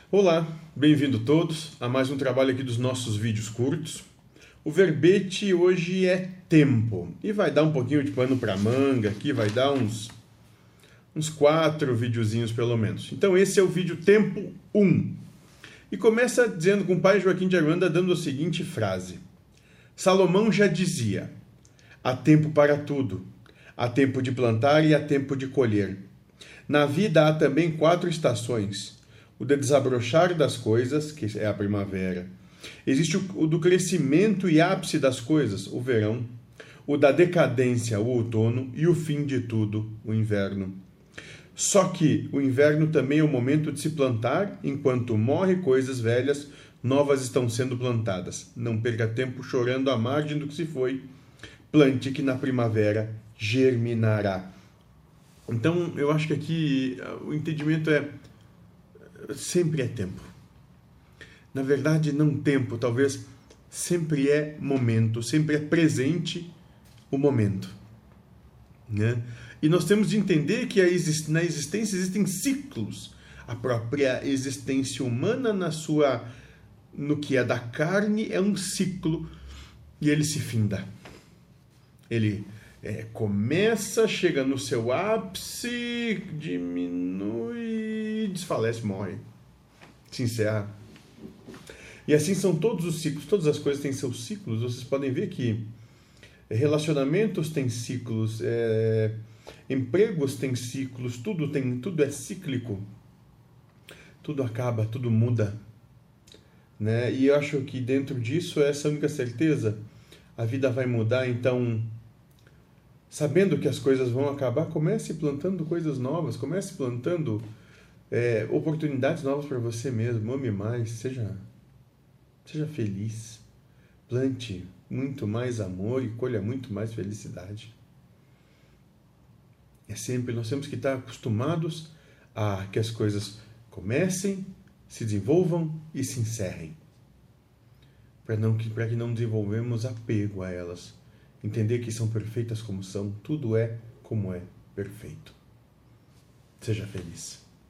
Olá, bem-vindo todos a mais um trabalho aqui dos nossos vídeos curtos. O verbete hoje é tempo e vai dar um pouquinho de pano para manga aqui, vai dar uns 4 videozinhos pelo menos. Então esse é o vídeo tempo 1. E começa dizendo com o pai Joaquim de Aruanda dando a seguinte frase: Salomão já dizia: há tempo para tudo, há tempo de plantar e há tempo de colher. Na vida há também 4 estações: o de desabrochar das coisas, que é a primavera. Existe o do crescimento e ápice das coisas, o verão. O da decadência, o outono. E o fim de tudo, o inverno. Só que o inverno também é o momento de se plantar, enquanto morre coisas velhas, novas estão sendo plantadas. Não perca tempo chorando à margem do que se foi. Plante que na primavera germinará. Então, eu acho que aqui o entendimento é sempre é tempo. Na verdade, não tempo, talvez sempre é momento, sempre é presente o momento, né? E nós temos de entender que na existência existem ciclos. A própria existência humana no que é da carne é um ciclo e ele se finda. Ele começa, chega no seu ápice, diminui, desfalece, morre, se encerra. E assim são todos os ciclos, todas as coisas têm seus ciclos. Vocês podem ver que relacionamentos têm ciclos, empregos têm ciclos, tudo é cíclico. Tudo acaba, tudo muda, né? E eu acho que dentro disso é essa única certeza. A vida vai mudar, então, sabendo que as coisas vão acabar, comece plantando coisas novas, comece plantando oportunidades novas para você mesmo. Ame mais, seja feliz, plante muito mais amor e colha muito mais felicidade. Nós temos que estar acostumados a que as coisas comecem, se desenvolvam e se encerrem, para que não desenvolvemos apego a elas. Entender que são perfeitas como são, tudo é como é perfeito. Seja feliz.